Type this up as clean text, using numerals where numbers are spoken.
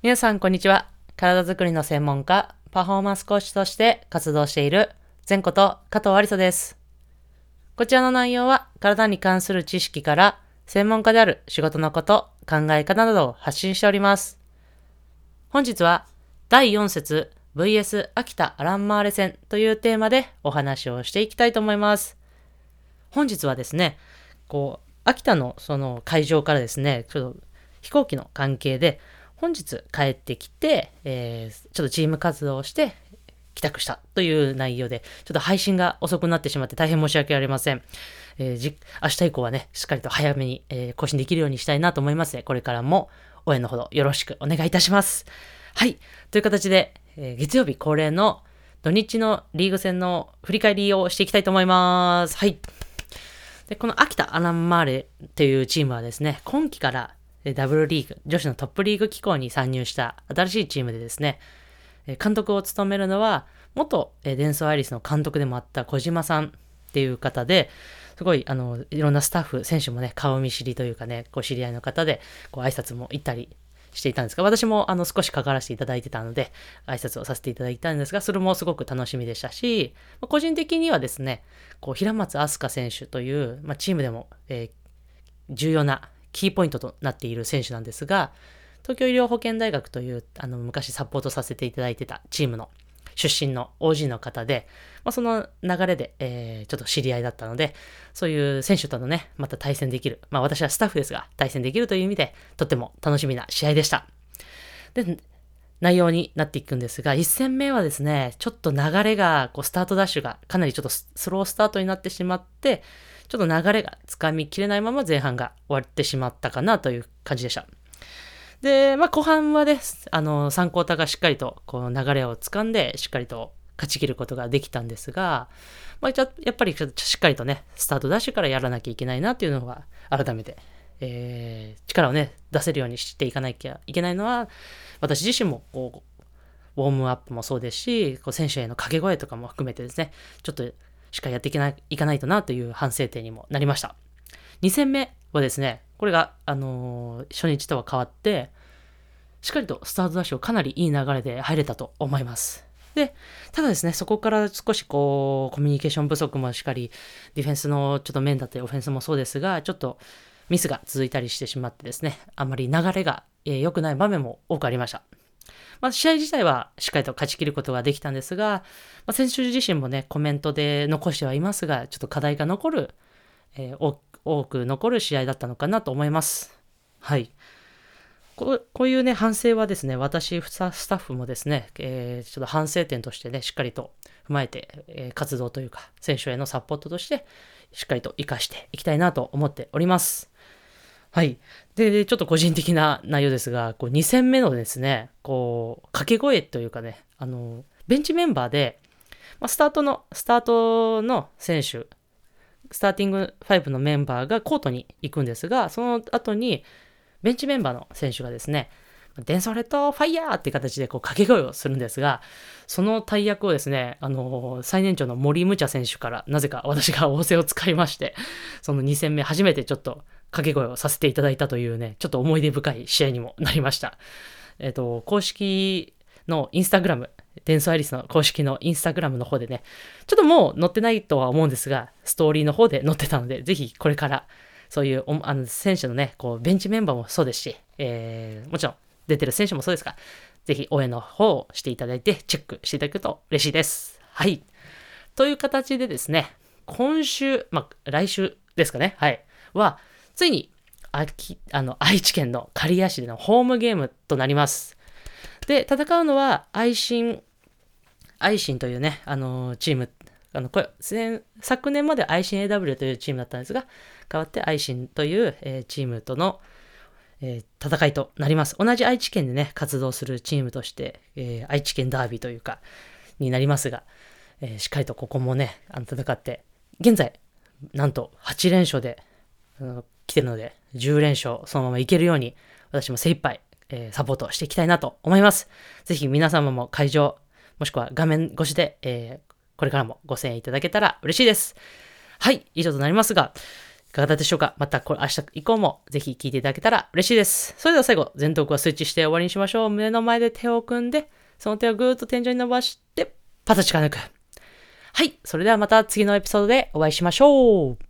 皆さんこんにちは。体づくりの専門家、パフォーマンスコーチとして活動している前こと加藤ありさです。こちらの内容は体に関する知識から専門家である仕事のこと、考え方などを発信しております。本日は第4節 VS 秋田アランマーレ戦というテーマでお話をしていきたいと思います。本日はですね、秋田のその会場からですね、ちょっと飛行機の関係で本日帰ってきて、ちょっとチーム活動をして帰宅したという内容で、ちょっと配信が遅くなってしまって大変申し訳ありません。明日以降はね、しっかりと早めに、更新できるようにしたいなと思いますね。これからも応援のほどよろしくお願いいたします。はい。という形で、月曜日恒例の土日のリーグ戦の振り返りをしていきたいと思います。はい。で、この秋田アランマーレというチームはですね、今季からダブルリーグ、女子のトップリーグ機構に参入した新しいチームでですね、監督を務めるのは、元デンソーアイリスの監督でもあった小島さんっていう方で、すごい、いろんなスタッフ、選手もね、顔見知りというかね、知り合いの方で、挨拶も行ったりしていたんですが、私も少し関わらせていただいてたので、挨拶をさせていただいたんですが、それもすごく楽しみでしたし、個人的にはですね、平松飛鳥選手という、チームでも、重要なキーポイントとなっている選手なんですが、東京医療保健大学という昔サポートさせていただいてたチームの出身の OG の方で、その流れで、ちょっと知り合いだったので、そういう選手とのね、また対戦できる。私はスタッフですが、対戦できるという意味で、とっても楽しみな試合でした。で、内容になっていくんですが、1戦目はですね、ちょっと流れが、スタートダッシュがかなりちょっとスロースタートになってしまって、ちょっと流れがつかみきれないまま前半が終わってしまったかなという感じでした。で、後半はね、3クォーターがしっかりと流れをつかんで、しっかりと勝ち切ることができたんですが、やっぱりしっかりとね、スタートダッシュからやらなきゃいけないなっていうのが改めて、力をね、出せるようにしていかなきゃいけないのは、私自身もウォームアップもそうですし、選手への掛け声とかも含めてですね、ちょっとしっかりやっていかないとなという反省点にもなりました。2戦目はですね、これが、初日とは変わって、しっかりとスタートダッシュをかなりいい流れで入れたと思います。で、ただですね、そこから少しコミュニケーション不足もしっかり、ディフェンスのちょっと面だったり、オフェンスもそうですが、ちょっとミスが続いたりしてしまってですね、あまり流れが良くない場面も多くありました。試合自体はしっかりと勝ち切ることができたんですが、選手自身もね、コメントで残してはいますが、ちょっと課題が残る、多く残る試合だったのかなと思います。はい。こういうね、反省はですね、私、スタッフもですね、ちょっと反省点としてね、しっかりと踏まえて、活動というか、選手へのサポートとして、しっかりと活かしていきたいなと思っております。はい。で、ちょっと個人的な内容ですが、2戦目のですね、掛け声というかね、ベンチメンバーで、スタートの選手、スターティング5のメンバーがコートに行くんですが、その後に、ベンチメンバーの選手がですね、デンソーレッドファイヤーっていう形で掛け声をするんですが、その大役をですね、最年長の森ムチャ選手からなぜか私が仰せを使いまして、その2戦目初めてちょっと掛け声をさせていただいたというね、ちょっと思い出深い試合にもなりました。公式のインスタグラム、デンソーアイリスの公式のインスタグラムの方でね、ちょっともう載ってないとは思うんですが、ストーリーの方で載ってたので、ぜひこれからそういう選手のね、ベンチメンバーもそうですし、もちろん出てる選手もそうですが、ぜひ応援の方をしていただいて、チェックしていただくと嬉しいです。はい。という形でですね、今週、来週ですかね、はい。は、ついに、愛知県の刈谷市でのホームゲームとなります。で、戦うのは、愛心というね、チーム、昨年まで愛心 AW というチームだったんですが、代わって愛心という、チームとの、戦いとなります。同じ愛知県でね、活動するチームとして、愛知県ダービーというか、になりますが、しっかりとここもね、戦って、現在、なんと8連勝で、来てるので、10連勝、そのままいけるように、私も精一杯、サポートしていきたいなと思います。ぜひ皆様も会場、もしくは画面越しで、これからもご声援いただけたら嬉しいです。はい、以上となりますが、 かがだったでしょうか。またこれ明日以降もぜひ聞いていただけたら嬉しいです。それでは最後、前頭腔はスイッチして終わりにしましょう。胸の前で手を組んで、その手をぐーっと天井に伸ばして、パタ力抜く。はい。それではまた次のエピソードでお会いしましょう。